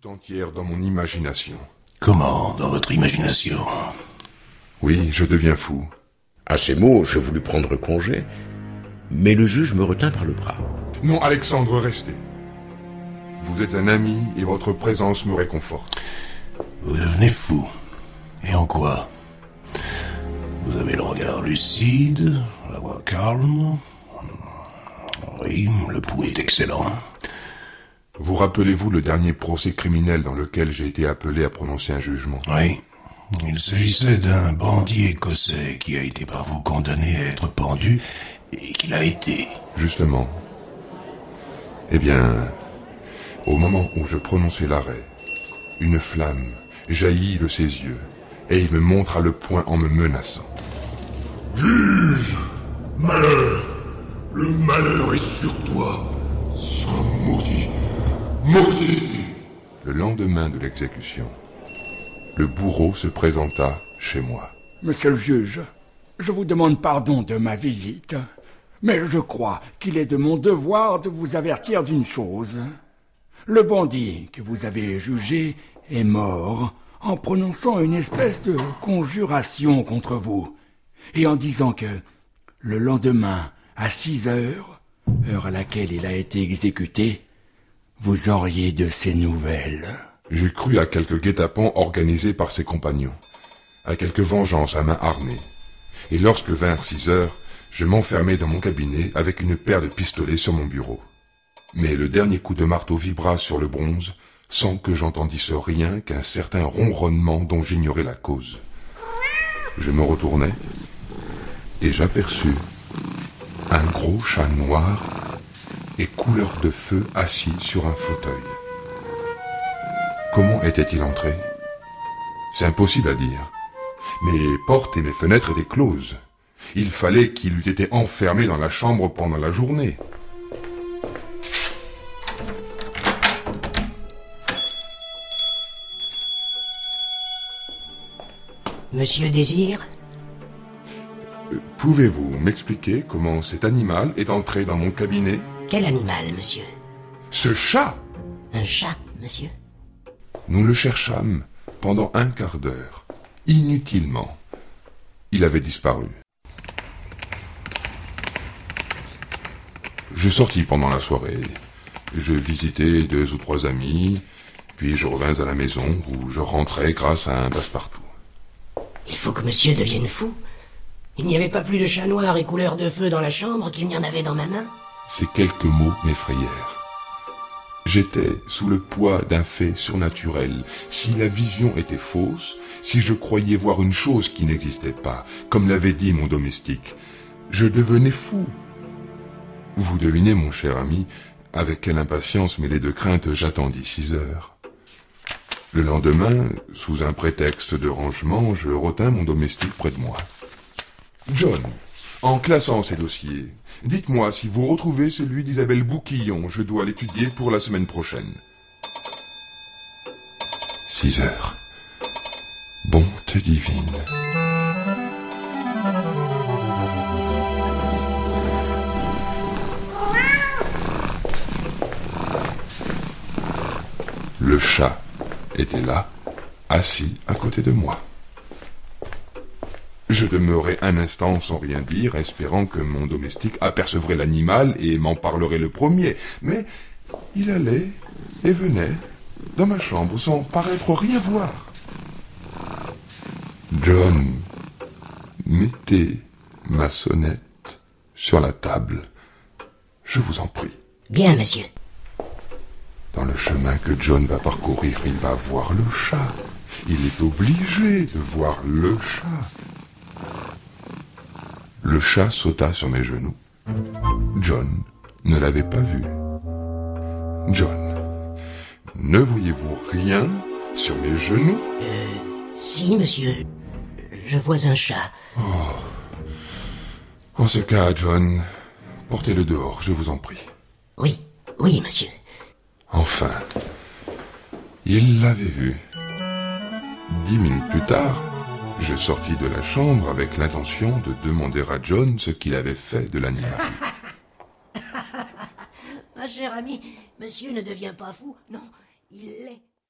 tout entière dans mon imagination. Comment, dans votre imagination? Oui, je deviens fou. À ces mots, je voulus prendre congé, mais le juge me retint par le bras. Non, Alexandre, restez. Vous êtes un ami et votre présence me réconforte. Vous devenez fou. Et en quoi? Vous avez le regard lucide, la voix calme. Oui, le pouls est excellent. Vous rappelez-vous le dernier procès criminel dans lequel j'ai été appelé à prononcer un jugement? Oui. Il s'agissait d'un bandit écossais qui a été par vous condamné à être pendu et qui l'a été. Justement. Eh bien, au moment où je prononçais l'arrêt, une flamme jaillit de ses yeux et il me montra le poing en me menaçant. Juge, malheur, le malheur est sur toi, sois maudit, maudit. Le lendemain de l'exécution, le bourreau se présenta chez moi. Monsieur le juge, je vous demande pardon de ma visite, mais je crois qu'il est de mon devoir de vous avertir d'une chose. Le bandit que vous avez jugé est mort en prononçant une espèce de conjuration contre vous et en disant que le lendemain, à 6 heures, heure à laquelle il a été exécuté, vous auriez de ses nouvelles. J'ai cru à quelque guet-apens organisé par ses compagnons, à quelque vengeance à main armée. Et lorsque vinrent 6 heures, je m'enfermai dans mon cabinet avec une paire de pistolets sur mon bureau. Mais le dernier coup de marteau vibra sur le bronze, sans que j'entendisse rien qu'un certain ronronnement dont j'ignorais la cause. Je me retournai, et j'aperçus un gros chat noir et couleur de feu assis sur un fauteuil. Comment était-il entré? C'est impossible à dire. Mes portes et mes fenêtres étaient closes. Il fallait qu'il eût été enfermé dans la chambre pendant la journée. Monsieur désire? Pouvez-vous m'expliquer comment cet animal est entré dans mon cabinet? Quel animal, monsieur? Ce chat! Un chat, monsieur? Nous le cherchâmes pendant un quart d'heure, inutilement. Il avait disparu. Je sortis pendant la soirée. Je visitai 2 ou 3 amis, puis je revins à la maison où je rentrai grâce à un passe-partout. Il faut que monsieur devienne fou. Il n'y avait pas plus de chat noir et couleur de feu dans la chambre qu'il n'y en avait dans ma main. Ces quelques mots m'effrayèrent. J'étais sous le poids d'un fait surnaturel. Si la vision était fausse, si je croyais voir une chose qui n'existait pas, comme l'avait dit mon domestique, je devenais fou. Vous devinez, mon cher ami, avec quelle impatience mêlée de crainte j'attendis 6 heures. Le lendemain, sous un prétexte de rangement, je retins mon domestique près de moi. « John, en classant ces dossiers, dites-moi si vous retrouvez celui d'Isabelle Bouquillon. Je dois l'étudier pour la semaine prochaine. » 6 heures. Bonté divine. Le chat était là, assis à côté de moi. Je demeurai un instant sans rien dire, espérant que mon domestique apercevrait l'animal et m'en parlerait le premier. Mais il allait et venait dans ma chambre sans paraître rien voir. John, mettez ma sonnette sur la table, je vous en prie. Bien, monsieur. Dans le chemin que John va parcourir, il va voir le chat. Il est obligé de voir le chat. Le chat sauta sur mes genoux. John ne l'avait pas vu. John, ne voyez-vous rien sur mes genoux? Si, monsieur. Je vois un chat. En ce cas, John, portez-le dehors, je vous en prie. Oui, oui, monsieur. Enfin, il l'avait vu. 10 minutes plus tard, je sortis de la chambre avec l'intention de demander à John ce qu'il avait fait de l'animal. Ma chère amie, monsieur ne devient pas fou. Non,